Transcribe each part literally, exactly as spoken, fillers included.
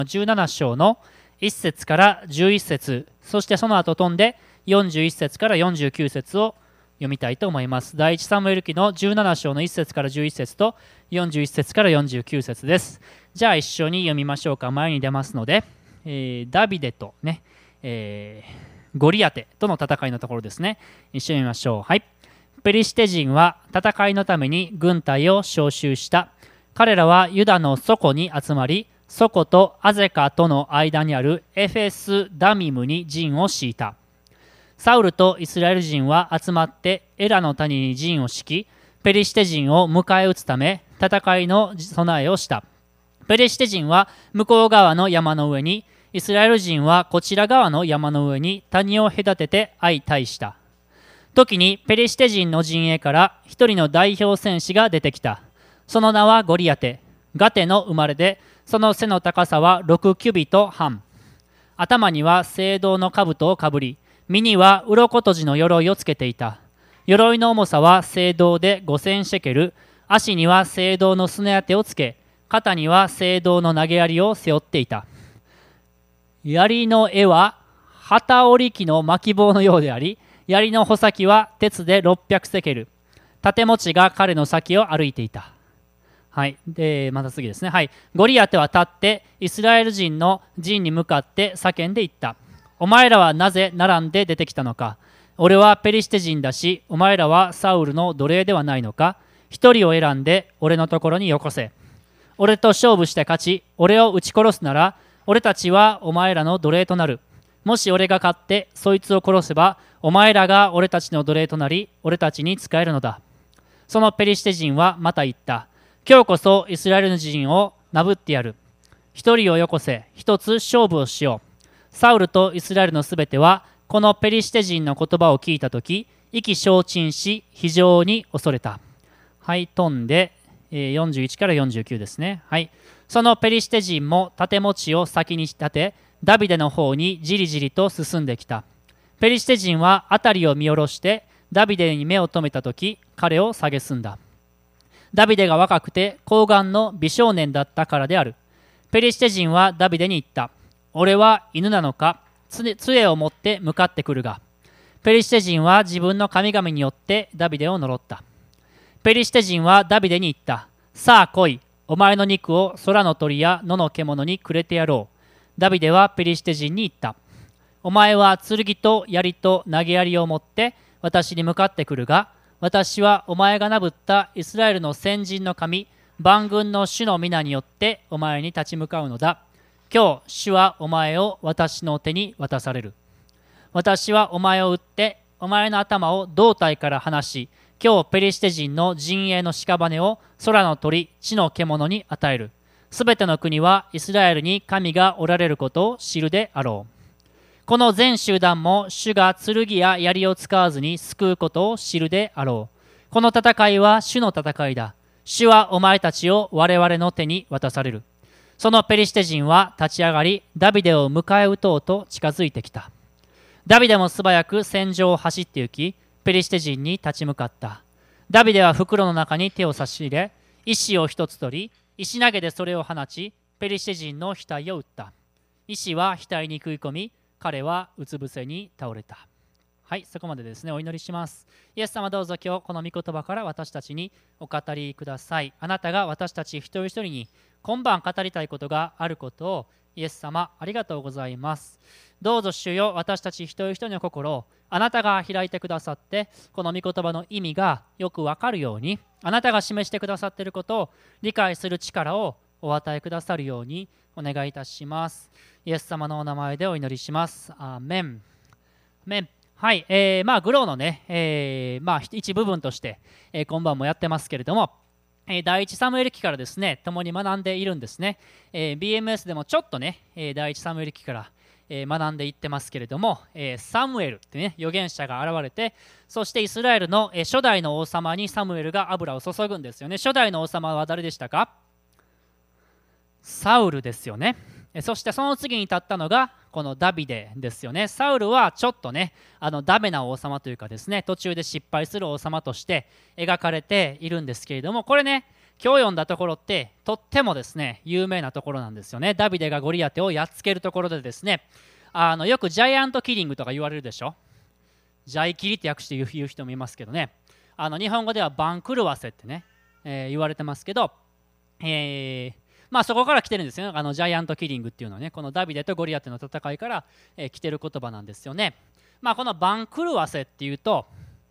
じゅうなな章のいっ節からじゅういっ節、そしてその後飛んでよんじゅういっ節からよんじゅうきゅう節を読みたいと思います。第一サムエル記のじゅうなな章のいっ節からじゅういっ節とよんじゅういっ節からよんじゅうきゅう節です。じゃあ一緒に読みましょうか。前に出ますので、えー、ダビデとね、えー、ゴリアテとの戦いのところですね。一緒に見ましょう。はい。ペリシテ人は戦いのために軍隊を招集した。彼らはユダのソコに集まり、ソコとアゼカとの間にあるエフェス・ダミムに陣を敷いた。サウルとイスラエル人は集まってエラの谷に陣を敷き、ペリシテ人を迎え撃つため戦いの備えをした。ペリシテ人は向こう側の山の上に、イスラエル人はこちら側の山の上に谷を隔てて相対した。時にペリシテ人の陣営から一人の代表戦士が出てきた。その名はゴリアテ。ガテの生まれで、その背の高さはろくキュビト半。頭には青銅の兜をかぶり、身には鱗綴じの鎧をつけていた。鎧の重さは青銅でごせんシェケル、足には青銅のすね当てをつけ、肩には青銅の投げ槍を背負っていた。槍の柄は旗織り機の巻棒のようであり、槍の穂先は鉄でろっぴゃくセケル。盾持ちが彼の先を歩いていた。はい、でまた次ですね。はい、ゴリアテは立ってイスラエル人の陣に向かって叫んでいった。お前らはなぜ並んで出てきたのか。俺はペリシテ人だし、お前らはサウルの奴隷ではないのか。一人を選んで俺のところによこせ。俺と勝負して勝ち、俺を撃ち殺すなら、俺たちはお前らの奴隷となる。もし俺が勝ってそいつを殺せば、お前らが俺たちの奴隷となり、俺たちに仕えるのだ。そのペリシテ人はまた言った。今日こそイスラエル人をなぶってやる。一人をよこせ、一つ勝負をしよう。サウルとイスラエルのすべては、このペリシテ人の言葉を聞いたとき、意気消沈し、非常に恐れた。はい、飛んで、よんじゅういちからよんじゅうきゅうですね。はい。そのペリシテ人も盾持ちを先に立て、ダビデの方にじりじりと進んできた。ペリシテ人は辺りを見下ろして、ダビデに目を留めたとき、彼を蔑んだ。ダビデが若くて高顔の美少年だったからである。ペリシテ人はダビデに言った。俺は犬なのか、杖を持って向かってくるが。ペリシテ人は自分の神々によってダビデを呪った。ペリシテ人はダビデに言った。さあ来い、お前の肉を空の鳥や野の獣にくれてやろう。ダビデはペリシテ人に言った。お前は剣と槍と投げ槍を持って私に向かってくるが、私はお前がなぶったイスラエルの先人の神、万軍の主の皆によってお前に立ち向かうのだ。今日、主はお前を私の手に渡される。私はお前を撃って、お前の頭を胴体から離し、今日ペリシテ人の陣営の屍を空の鳥、地の獣に与える。すべての国はイスラエルに神がおられることを知るであろう。この全集団も主が剣や槍を使わずに救うことを知るであろう。この戦いは主の戦いだ。主はお前たちを我々の手に渡される。そのペリシテ人は立ち上がり、ダビデを迎え撃とうと近づいてきた。ダビデも素早く戦場を走って行き、ペリシテ人に立ち向かった。ダビデは袋の中に手を差し入れ、石を一つ取り、石投げでそれを放ち、ペリシテ人の額を撃った。石は額に食い込み、彼はうつ伏せに倒れた。はい、そこまでですね。お祈りします。イエス様、どうぞ今日この御言葉から私たちにお語りください。あなたが私たち一人一人に今晩語りたいことがあることをイエス様、ありがとうございます。どうぞ主よ、私たち一人一人の心をあなたが開いてくださって、この御言葉の意味がよくわかるように、あなたが示してくださっていることを理解する力をお与えくださるようにお願いいたします。イエス様のお名前でお祈りします。アーメン。アーメン。はい、えー、まあグローのね、えー、まあ一部分として、えー、今晩もやってますけれども、えー、第一サムエル記からですね、共に学んでいるんですね。えー、ビーエムエス でもちょっとね、えー、第一サムエル記から、えー、学んでいってますけれども、えー、サムエルってね、預言者が現れて、そしてイスラエルの、えー、初代の王様にサムエルが油を注ぐんですよね。初代の王様は誰でしたか？サウルですよね。そしてその次に立ったのがこのダビデですよね。サウルはちょっとね、あのダメな王様というかですね、途中で失敗する王様として描かれているんですけれども、これね、 今日読んだところってとってもですね有名なところなんですよね。ダビデがゴリアテをやっつけるところでですね、あのよくジャイアントキリングとか言われるでしょ。ジャイキリって訳して言う人もいますけどね、あの日本語では番狂わせってね、えー、言われてますけど、えー、まあそこから来てるんですよね。あのジャイアントキリングっていうのはね、このダビデとゴリアテの戦いから、えー、来てる言葉なんですよね。まあこの番狂わせっていうと、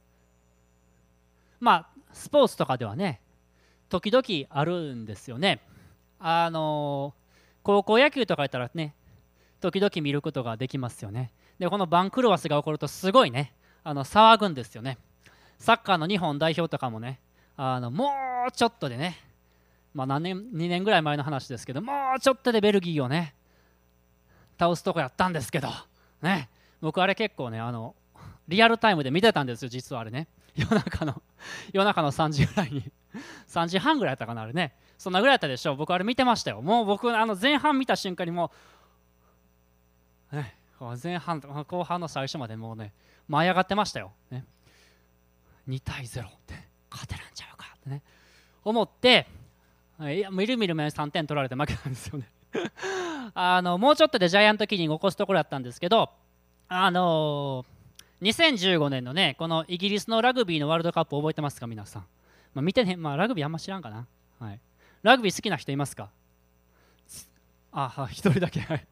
まあスポーツとかではね時々あるんですよね。あのー、高校野球とかやったらね時々見ることができますよね。でこの番狂わせが起こるとすごいねあの騒ぐんですよね。サッカーの日本代表とかもね、あのもうちょっとでね、まあ何年にねんぐらい前の話ですけど、もうちょっとでベルギーをね倒すとこやったんですけどね、僕あれ結構ねあのリアルタイムで見てたんですよ、実はあれね。夜中の夜中のさんじぐらいにさんじはんぐらいやったかな、あれね。そんなぐらいやったでしょう。僕あれ見てましたよ。もう僕あの前半見た瞬間にもう、ね、前半後半の最初までもうね舞い上がってましたよ、ね、にたいゼロって勝てるんちゃうかってね思って、いやみるみる目さんてん取られて負けたんですよねあのもうちょっとでジャイアントキリング起こすところだったんですけど、あのー、にせんじゅうごねんのねこのイギリスのラグビーのワールドカップ覚えてますか皆さん。まあ、見てね、まあ、ラグビーあんま知らんかな、はい、ラグビー好きな人いますか？あ、一人だけはい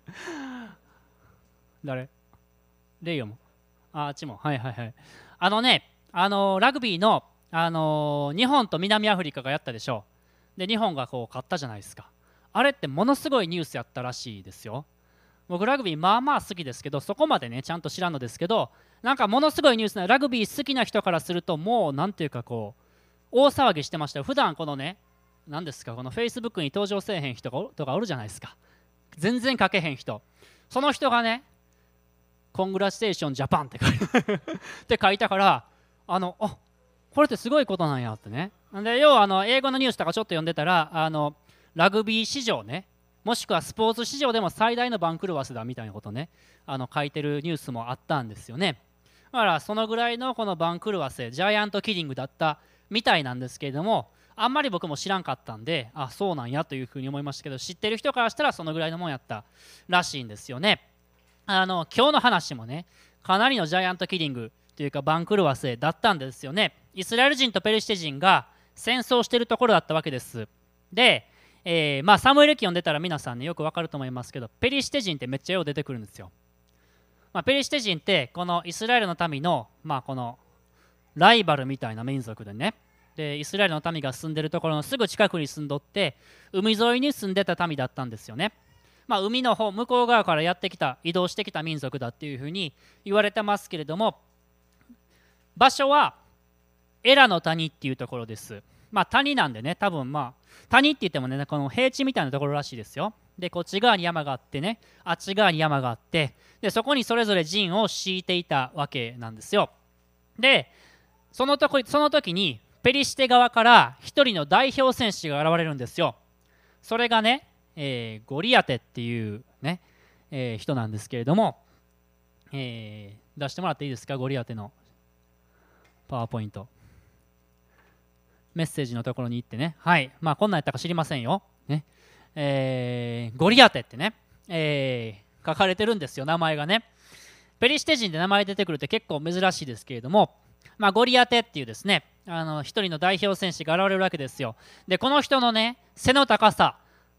誰？レイヨもああっちもはいはいはい。あのね、あのー、ラグビーの、あのー、日本と南アフリカがやったでしょう。で日本がこう勝ったじゃないですか。あれってものすごいニュースやったらしいですよ。僕ラグビーまあまあ好きですけど、そこまでねちゃんと知らんのですけど、なんかものすごいニュースなラグビー好きな人からするともうなんていうかこう大騒ぎしてましたよ。普段このね何ですかこのフェイスブックに登場せえへん人がとかおるじゃないですか。全然書けへん人、その人がねコングラチュレーションジャパンって書いって書いたから、あのあこれってすごいことなんやってね。で要はあの英語のニュースとかちょっと読んでたら、あのラグビー史上ね、もしくはスポーツ史上でも最大の番狂わせだみたいなことねあの書いてるニュースもあったんですよね。だからそのぐらいのこの番狂わせジャイアントキリングだったみたいなんですけれども、あんまり僕も知らんかったんで、あそうなんやというふうに思いましたけど、知ってる人からしたらそのぐらいのもんやったらしいんですよね。あの今日の話もねかなりのジャイアントキリングというか番狂わせだったんですよね。イスラエル人とペリシテ人が戦争しているところだったわけです。で、えーまあ、サムエル記読んでたら皆さんねよくわかると思いますけど、ペリシテ人ってめっちゃよう出てくるんですよ。まあ、ペリシテ人ってこのイスラエルの民の、まあ、このライバルみたいな民族でね、でイスラエルの民が住んでるところのすぐ近くに住んどって海沿いに住んでた民だったんですよね。まあ、海の方向こう側からやってきた移動してきた民族だっていうふうに言われてますけれども、場所はエラの谷っていうところです。まあ谷なんでね、多分まあ谷って言ってもねこの平地みたいなところらしいですよ。でこっち側に山があってね、あっち側に山があって、でそこにそれぞれ陣を敷いていたわけなんですよ。でそのとこその時にペリシテ側から一人の代表戦士が現れるんですよ。それがね、えー、ゴリアテっていうね、えー、人なんですけれども、えー、出してもらっていいですか、ゴリアテのパワーポイント。メッセージのところに行ってね、はい、まあこんなんやったか知りませんよ。ねえー、ゴリアテってね、えー、書かれてるんですよ、名前がね。ペリシテ人で名前出てくるって結構珍しいですけれども、まあ、ゴリアテっていうですね、あの一人の代表戦士が現れるわけですよ。で、この人のね、背の高さ、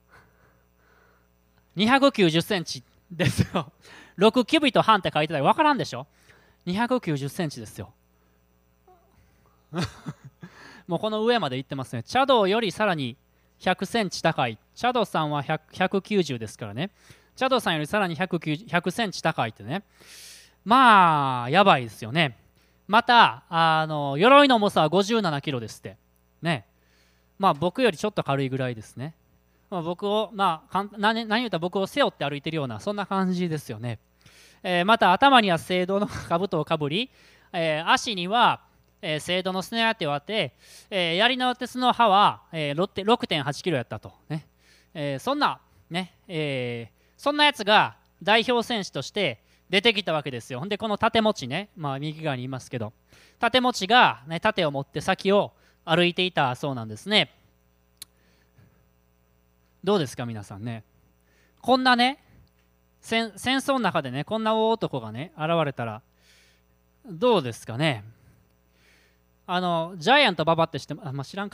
にひゃくきゅうじゅっセンチですよ。ろくキュビット半って書いてたら分からんでしょ。にひゃくきゅうじゅっセンチですよ。もうこの上まで行ってますね。チャドよりさらにひゃくセンチ高い。チャドさんはひゃく、ひゃくきゅうじゅうですからね。チャドさんよりさらにひゃくきゅうじゅう、ひゃくセンチ高いってね。まあ、やばいですよね。また、あの鎧の重さはごじゅうななキロですって。ね。まあ、僕よりちょっと軽いぐらいですね。まあ、僕を、まあ、何, 何言うたら僕を背負って歩いてるような、そんな感じですよね。えー、また、頭には青銅の兜をかぶり、えー、足には、えー、青銅のすね当てを当て、えー、槍の鉄の刃は、えー、ろくてんはちキロやったと、ねえー、そんな、ねえー、そんなやつが代表選手として出てきたわけですよ。ほんでこの盾持ちね、まあ、右側にいますけど、盾持ちが、ね、盾を持って先を歩いていたそうなんですね。 どうですか皆さんね。こんなね戦戦争の中でねこんな大男がね現れたらどうですかね。あのジャイアント馬場って知ってま、あ、まあ、知らんか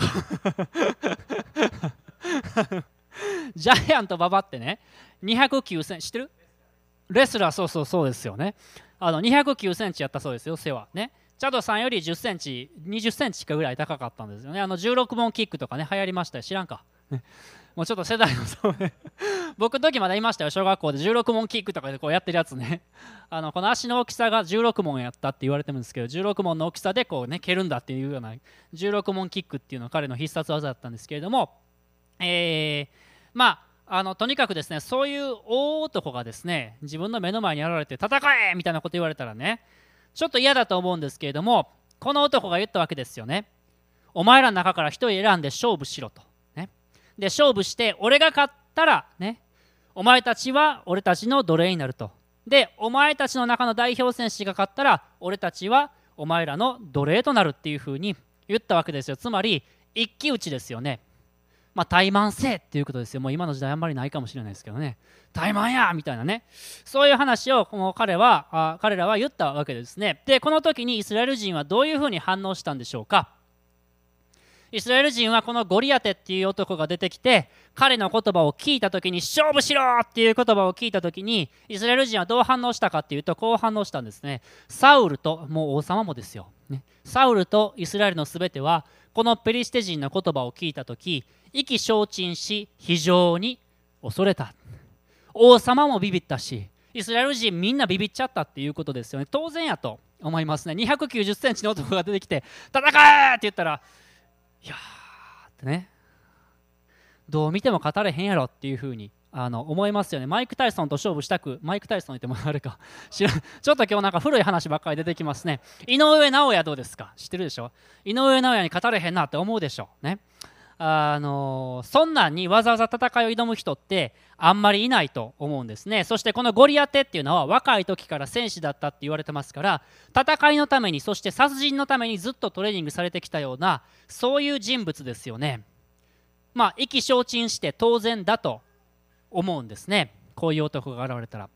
ジャイアント馬場ってねにひゃくきゅうセンチ知ってる？レスラー、そうそうそうですよね。あのにひゃくきゅうセンチやったそうですよ、背はね。チャドさんよりじゅっセンチ、にじゅっセンチかぐらい高かったんですよね。あのじゅうろくもんキックとかね流行りましたよ。知らんかもうちょっと世代のそうね僕の時まだいましたよ、小学校でじゅうろくもんキックとかでこうやってるやつねあのこの足の大きさがじゅうろくもんやったって言われてるんですけど、じゅうろくもんの大きさでこうね蹴るんだっていうようなじゅうろくもんキックっていうのが彼の必殺技だったんですけれども、えー、まああのとにかくですね、そういう大男がですね自分の目の前に現れて戦えみたいなこと言われたらねちょっと嫌だと思うんですけれども、この男が言ったわけですよね。お前らの中から一人選んで勝負しろと、ね、で勝負して俺が勝ったらねお前たちは俺たちの奴隷になると。でお前たちの中の代表選手が勝ったら俺たちはお前らの奴隷となるっていうふうに言ったわけですよ。つまり一騎打ちですよね。まあ怠慢せえっていうことですよ。もう今の時代あんまりないかもしれないですけどね、怠慢やみたいなね、そういう話をこの彼はあ彼らは言ったわけですね。でこの時にイスラエル人はどういうふうに反応したんでしょうか。イスラエル人はこのゴリアテっていう男が出てきて彼の言葉を聞いた時に勝負しろっていう言葉を聞いた時にイスラエル人はどう反応したかっていうとこう反応したんですね。サウルともう王様もですよ、ね、サウルとイスラエルのすべてはこのペリシテ人の言葉を聞いた時意気消沈し非常に恐れた。王様もビビったしイスラエル人みんなビビっちゃったっていうことですよね。当然やと思いますね。にひゃくきゅうじゅっセンチの男が出てきて戦えって言ったらいやーってね、どう見ても勝たれへんやろっていうふうにあの思いますよね。マイク・タイソンと勝負したく、マイク・タイソン言ってもあれか知らんちょっと今日なんか古い話ばっかり出てきますね。井上尚弥どうですか、知ってるでしょ。井上尚弥に勝たれへんなって思うでしょね。あのそんなんにわざわざ戦いを挑む人ってあんまりいないと思うんですね。そしてこのゴリアテっていうのは若い時から戦士だったって言われてますから、戦いのためにそして殺人のためにずっとトレーニングされてきたようなそういう人物ですよね。まあ意気消沈して当然だと思うんですね、こういう男が現れたら。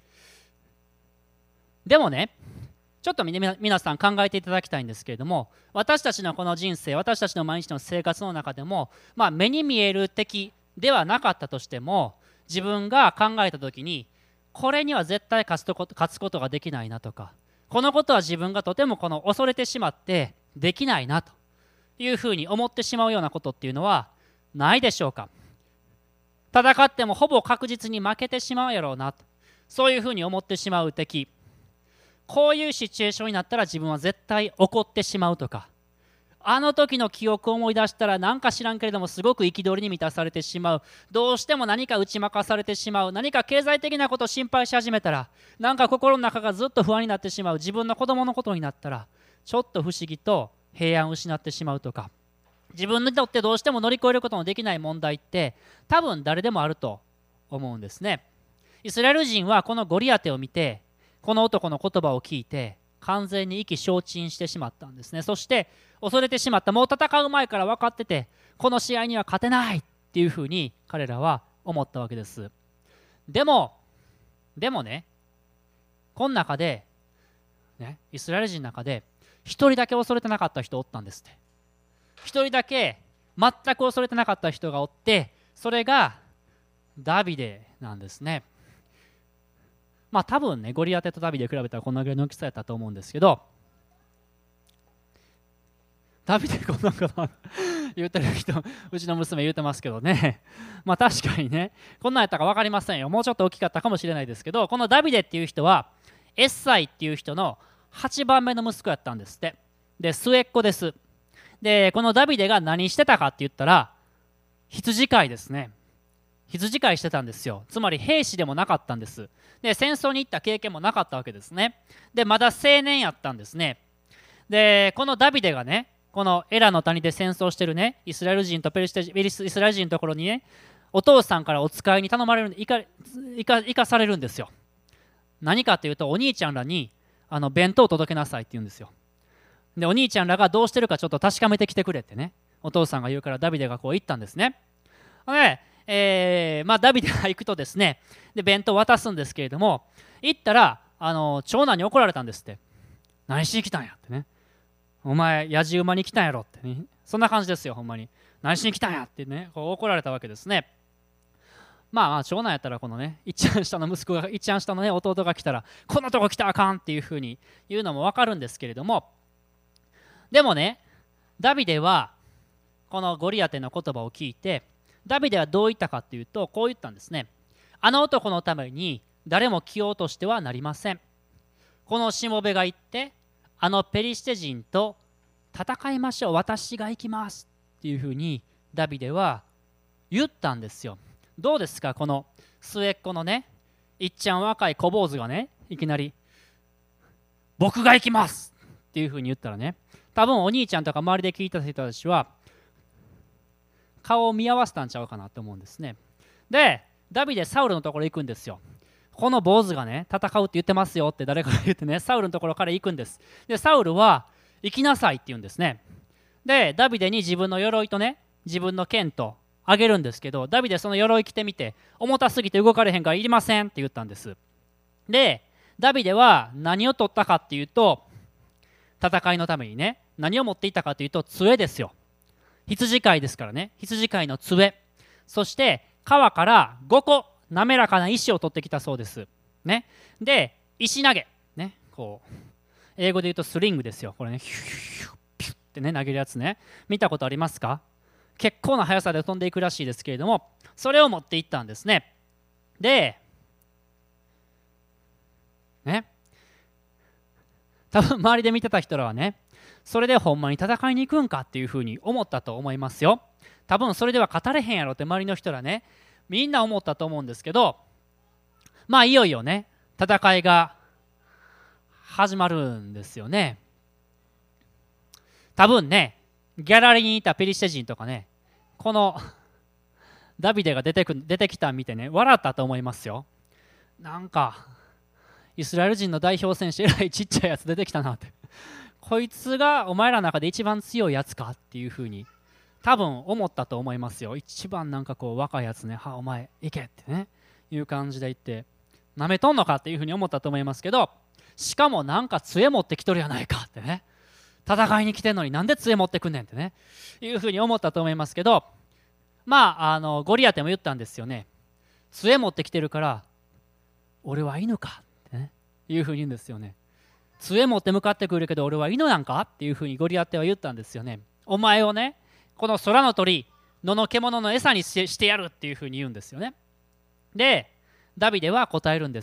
でもねちょっと皆さん考えていただきたいんですけれども、私たちのこの人生、私たちの毎日の生活の中でも、まあ、目に見える敵ではなかったとしても自分が考えた時にこれには絶対勝つとこ勝つことができないなとか、このことは自分がとてもこの恐れてしまってできないなというふうに思ってしまうようなことっていうのはないでしょうか。戦ってもほぼ確実に負けてしまうやろうなと、そういうふうに思ってしまう敵、こういうシチュエーションになったら自分は絶対怒ってしまうとか、あの時の記憶を思い出したらなんか知らんけれどもすごく憤りに満たされてしまう、どうしても何か打ち負かされてしまう、何か経済的なことを心配し始めたらなんか心の中がずっと不安になってしまう、自分の子供のことになったらちょっと不思議と平安を失ってしまうとか、自分にとってどうしても乗り越えることのできない問題って多分誰でもあると思うんですね。イスラエル人はこのゴリアテを見てこの男の言葉を聞いて完全に意気消沈してしまったんですね。そして恐れてしまった。もう戦う前から分かっててこの試合には勝てないっていうふうに彼らは思ったわけです。でもでもねこの中で、ね、イスラエル人の中で一人だけ恐れてなかった人おったんですって。一人だけ全く恐れてなかった人がおって、それがダビデなんですね。まあ多分ねゴリアテとダビデ比べたらこんなぐらいの大きさやったと思うんですけど、ダビデこんなこと言ってる人うちの娘言うてますけどねまあ確かにねこんなんやったか分かりませんよ。もうちょっと大きかったかもしれないですけど、このダビデっていう人はエッサイっていう人のはちばんめの息子やったんですって。で末っ子です。でこのダビデが何してたかって言ったら羊飼いですね。羊飼いしてたんですよ。つまり兵士でもなかったんです。で戦争に行った経験もなかったわけですね。でまだ青年やったんですね。でこのダビデがねこのエラの谷で戦争してるねイスラエル人とペリシテイスラエル人のところにねお父さんからお使いに頼まれる行か行か行かされるんですよ。何かというとお兄ちゃんらにあの弁当を届けなさいって言うんですよ。でお兄ちゃんらがどうしてるかちょっと確かめてきてくれってねお父さんが言うからダビデがこう言ったんですね。でえーまあ、ダビデが行くとですね、で弁当を渡すんですけれども、行ったらあの長男に怒られたんですって。何しに来たんやってね。お前やじ馬に来たんやろってね。そんな感じですよ、ほんまに。何しに来たんやってね、こう怒られたわけですね。まあまあ長男やったらこのね、一番下の息子が、一番下のね弟が来たら、こんなとこ来たらあかんっていうふうに言うのも分かるんですけれども、でもね、ダビデはこのゴリアテの言葉を聞いて、ダビデはどう言ったかっていうと、こう言ったんですね。あの男のために誰も来ようとしてはなりません。このしもべが行ってあのペリシテ人と戦いましょう、私が行きますっていうふうにダビデは言ったんですよ。どうですか、この末っ子のね、いっちゃん若い小坊主がね、いきなり僕が行きますっていうふうに言ったらね、多分お兄ちゃんとか周りで聞いた人たちは顔を見合わせたんちゃうかなと思うんですね。でダビデサウルのところ行くんですよ。この坊主がね戦うって言ってますよって誰かが言ってね、サウルのところから行くんです。でサウルは行きなさいって言うんですね。でダビデに自分の鎧とね自分の剣とあげるんですけど、ダビデその鎧着てみて、重たすぎて動かれへんからいりませんって言ったんです。でダビデは何を取ったかっていうと、戦いのためにね何を持っていったかというと杖ですよ。羊飼いですからね、羊飼いの杖、そして川からごこ滑らかな石を取ってきたそうです、ね、で石投げ、ね、こう英語で言うとスリングですよ。これねヒュッヒュッピュッってね投げるやつね、見たことありますか？結構な速さで飛んでいくらしいですけれども、それを持っていったんですね。でね多分周りで見てた人らはね、それでほんまに戦いに行くんかっていうふうに思ったと思いますよ。多分それでは勝たれへんやろって周りの人らねみんな思ったと思うんですけど、まあいよいよね戦いが始まるんですよね。多分ねギャラリーにいたペリシテ人とかね、このダビデが出てく出てきたの見てね笑ったと思いますよ。なんかイスラエル人の代表選手えらいちっちゃいやつ出てきたなって、こいつがお前らの中で一番強いやつかっていうふうに多分思ったと思いますよ。一番なんかこう若いやつね、はお前行けってねいう感じで言ってなめとんのかっていうふうに思ったと思いますけど、しかもなんか杖持ってきとるやないかってね、戦いに来てんのになんで杖持ってくんねんってねいうふうに思ったと思いますけど、まああのゴリアテも言ったんですよね。杖持ってきてるから俺は犬かってねいうふうに言うんですよね。杖持って向かってくるけど俺は犬なんかっていうふうにゴリアテは言ったんですよね。お前をねこの空の鳥野の獣の餌にし、してやるっていうふうに言うんですよね。でダビデは答えるんです。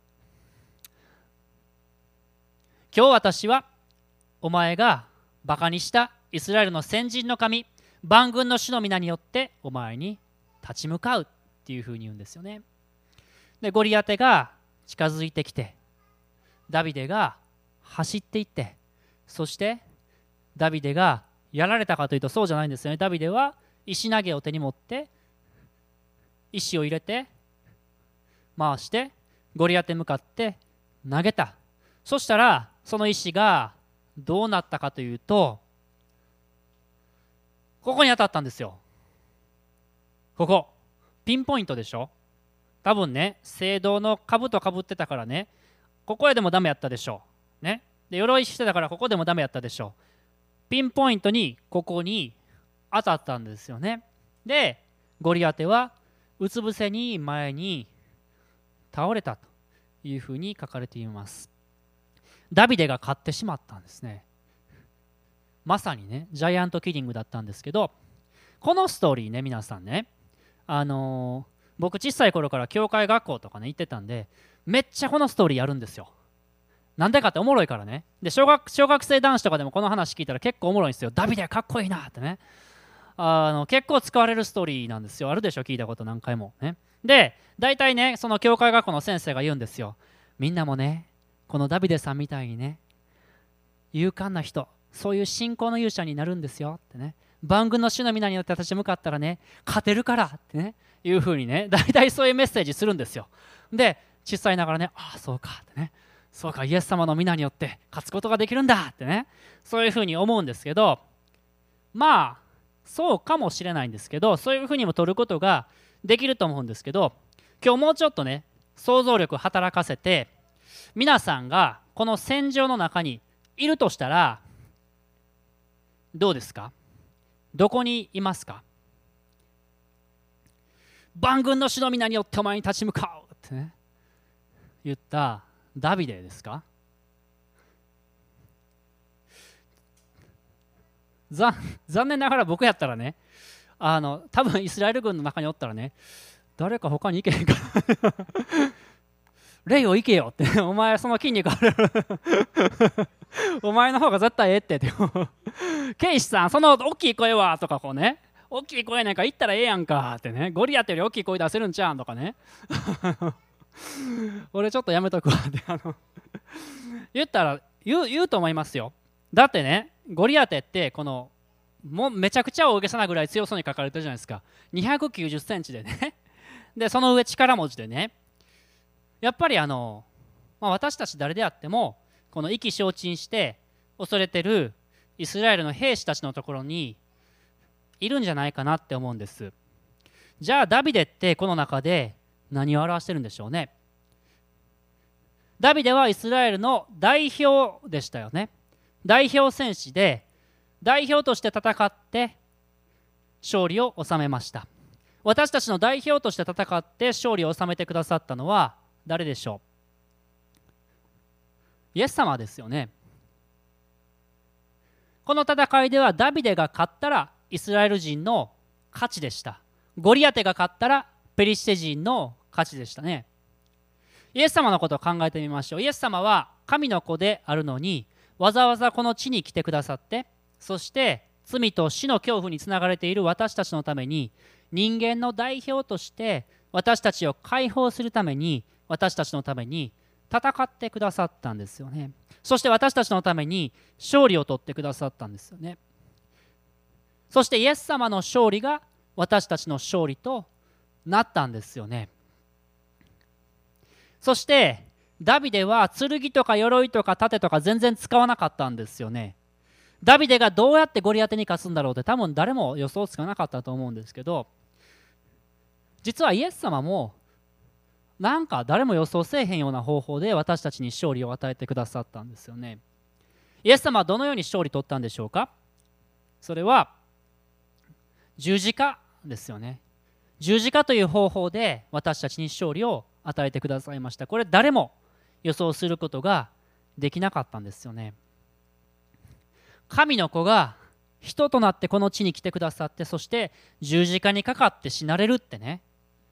今日私はお前がバカにしたイスラエルの先人の神万軍の主の皆によってお前に立ち向かうっていうふうに言うんですよね。でゴリアテが近づいてきてダビデが走っていって、そしてダビデがやられたかというとそうじゃないんですよね。ダビデは石投げを手に持って石を入れて回してゴリアテに向かって投げた。そしたらその石がどうなったかというと、ここに当たったんですよ。ここピンポイントでしょ。多分ね青銅の兜かぶってたからねここへでもダメやったでしょうね。で鎧してたからここでもダメやったでしょう。ピンポイントにここに当たったんですよね。でゴリアテはうつ伏せに前に倒れたというふうに書かれています。ダビデが勝ってしまったんですね。まさにねジャイアントキリングだったんですけど、このストーリーね皆さんね、あのー、僕小さい頃から教会学校とかね行ってたんでめっちゃこのストーリーやるんですよ。なんでかっておもろいからね。で 小学、小学生男子とかでもこの話聞いたら結構おもろいんですよ。ダビデかっこいいなってね、あの結構使われるストーリーなんですよ。あるでしょ聞いたこと何回もね。で大体ねその教会学校の先生が言うんですよ。みんなもねこのダビデさんみたいにね勇敢な人、そういう信仰の勇者になるんですよってね、万軍の主の皆によって私向かったらね勝てるからってねいうふうにね大体そういうメッセージするんですよ。で小さいながらね、ああそうかってね、そうかイエス様の皆によって勝つことができるんだってね、そういうふうに思うんですけど、まあそうかもしれないんですけど、そういうふうにも取ることができると思うんですけど、今日もうちょっとね想像力働かせて、皆さんがこの戦場の中にいるとしたらどうですか？どこにいますか？万軍の主の皆によってお前に立ち向かうってね言ったダビデですか？残残念ながら僕やったらね、あの多分イスラエル軍の中におったらね、誰か他に行けへんかレイを行けよってお前その筋肉あるお前の方が絶対ええってってケイシさんその大きい声はとかこうね、大きい声なんか言ったらええやんかってね、ゴリアテより大きい声出せるんちゃうんとかね俺ちょっとやめとくわってあの言ったら言う、言うと思いますよ。だってねゴリアテってこのもうめちゃくちゃ大げさなぐらい強そうに書かれてるじゃないですか。にひゃくきゅうじゅっセンチでねでその上力文字でね、やっぱりあの、まあ、私たち誰であってもこの意気消沈して恐れてるイスラエルの兵士たちのところにいるんじゃないかなって思うんです。じゃあダビデってこの中で何を表してるんでしょうね。ダビデはイスラエルの代表でしたよね。代表戦士で代表として戦って勝利を収めました。私たちの代表として戦って勝利を収めてくださったのは誰でしょう？イエス様ですよね。この戦いではダビデが勝ったらイスラエル人の勝ちでした。ゴリアテが勝ったらペリシテ人の勝ちでしたね。イエス様のことを考えてみましょう。イエス様は神の子であるのにわざわざこの地に来てくださって、そして罪と死の恐怖につながれている私たちのために人間の代表として私たちを解放するために私たちのために戦ってくださったんですよね。そして私たちのために勝利を取ってくださったんですよね。そしてイエス様の勝利が私たちの勝利となったんですよね。そしてダビデは剣とか鎧とか盾とか全然使わなかったんですよね。ダビデがどうやってゴリアテに勝つんだろうって多分誰も予想つかなかったと思うんですけど、実はイエス様もなんか誰も予想せえへんような方法で私たちに勝利を与えてくださったんですよね。イエス様はどのように勝利取ったんでしょうか？それは十字架ですよね。十字架という方法で私たちに勝利を与えてくださいました。これ誰も予想することができなかったんですよね。神の子が人となってこの地に来てくださって、そして十字架にかかって死なれるってね、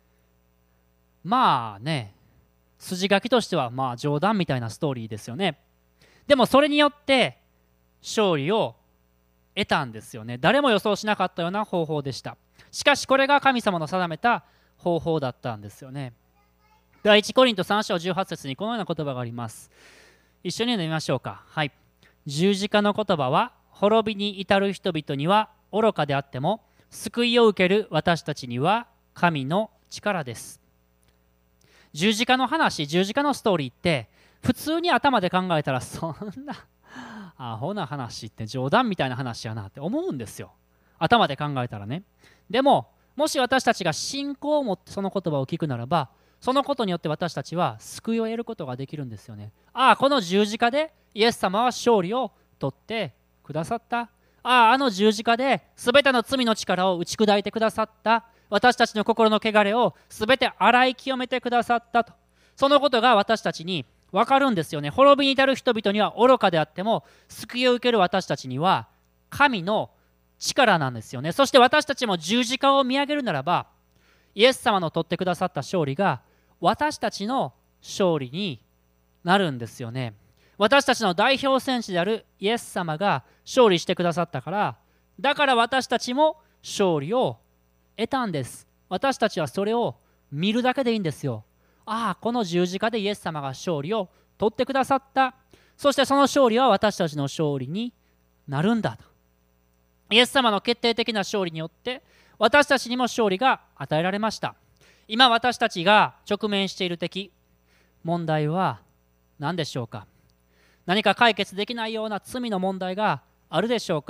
まあね筋書きとしてはまあ冗談みたいなストーリーですよね。でもそれによって勝利を得たんですよね。誰も予想しなかったような方法でした。しかしこれが神様の定めた方法だったんですよね。第一コリントさん章じゅうはち節にこのような言葉があります。一緒に読みましょうか。はい。十字架の言葉は滅びに至る人々には愚かであっても、救いを受ける私たちには神の力です。十字架の話、十字架のストーリーって普通に頭で考えたらそんなアホな話って冗談みたいな話やなって思うんですよ。頭で考えたらね。でももし私たちが信仰を持ってその言葉を聞くならば、そのことによって私たちは救いを得ることができるんですよね。ああ、この十字架でイエス様は勝利を取ってくださった。ああ、あの十字架で全ての罪の力を打ち砕いてくださった。私たちの心の汚れを全て洗い清めてくださったと。そのことが私たちに分かるんですよね。滅びに至る人々には愚かであっても、救いを受ける私たちには神の力なんですよね。そして私たちも十字架を見上げるならば、イエス様の取ってくださった勝利が私たちの勝利になるんですよね。私たちの代表戦士であるイエス様が勝利してくださったから、だから私たちも勝利を得たんです。私たちはそれを見るだけでいいんですよ。ああ、この十字架でイエス様が勝利を取ってくださった。そしてその勝利は私たちの勝利になるんだと。イエス様の決定的な勝利によって私たちにも勝利が与えられました。今私たちが直面している敵、問題は何でしょうか？何か解決できないような罪の問題があるでしょうか？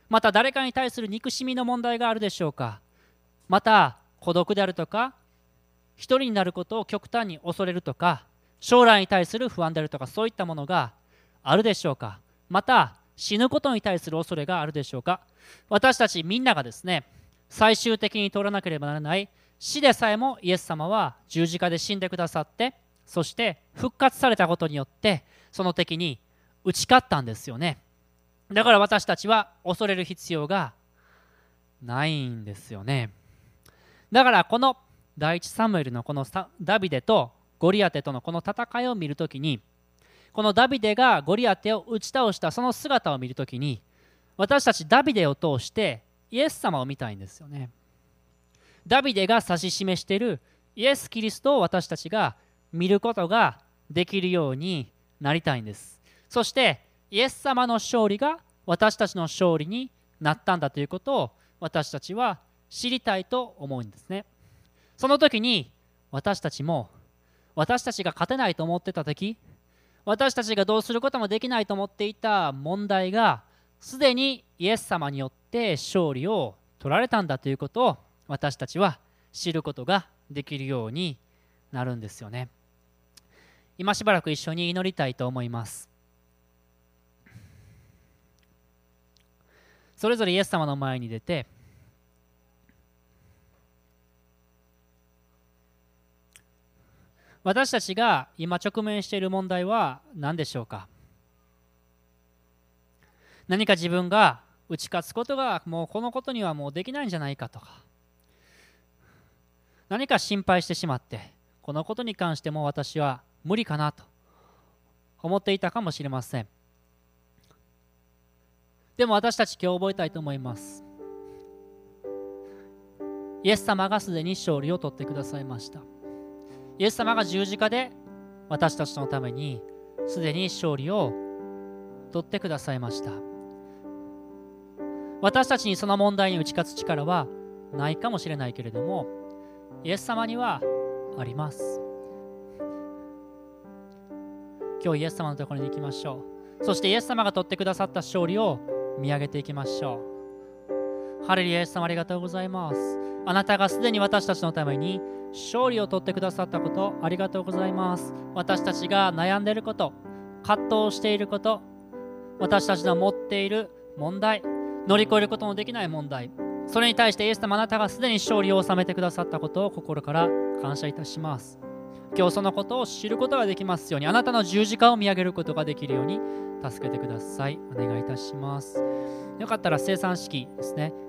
また誰かに対する憎しみの問題があるでしょうか。また孤独であるとか、一人になることを極端に恐れるとか、将来に対する不安であるとか、そういったものがあるでしょうか。また死ぬことに対する恐れがあるでしょうか。私たちみんながですね、最終的に通らなければならない死でさえもイエス様は十字架で死んでくださって、そして復活されたことによってその敵に打ち勝ったんですよね。だから私たちは恐れる必要がないんですよね。だからこの第一サムエルのこのダビデとゴリアテとのこの戦いを見るときに、このダビデがゴリアテを打ち倒したその姿を見るときに、私たちダビデを通してイエス様を見たいんですよね。ダビデが指し示しているイエス・キリストを私たちが見ることができるようになりたいんです。そしてイエス様の勝利が私たちの勝利になったんだということを私たちは知りたいと思うんですね。その時に私たちも、私たちが勝てないと思ってた時、私たちがどうすることもできないと思っていた問題がすでにイエス様によって勝利を取られたんだということを私たちは知ることができるようになるんですよね。今しばらく一緒に祈りたいと思います。それぞれイエス様の前に出て、私たちが今直面している問題は何でしょうか。何か自分が打ち勝つことがもうこのことにはもうできないんじゃないかとか、何か心配してしまって、このことに関しても私は無理かなと思っていたかもしれません。でも私たち今日覚えたいと思います。イエス様がすでに勝利を取ってくださいました。イエス様が十字架で私たちのためにすでに勝利を取ってくださいました。私たちにその問題に打ち勝つ力はないかもしれないけれども、イエス様にはあります。今日イエス様のところに行きましょう。そしてイエス様が取ってくださった勝利を見上げていきましょう。ハレルヤ、イエス様ありがとうございます。あなたがすでに私たちのために勝利を取ってくださったことありがとうございます。私たちが悩んでいること、葛藤していること、私たちの持っている問題、乗り越えることのできない問題、それに対してイエス様あなたがすでに勝利を収めてくださったことを心から感謝いたします。今日そのことを知ることができますように、あなたの十字架を見上げることができるように助けてください。お願いいたします。よかったら生産式ですね。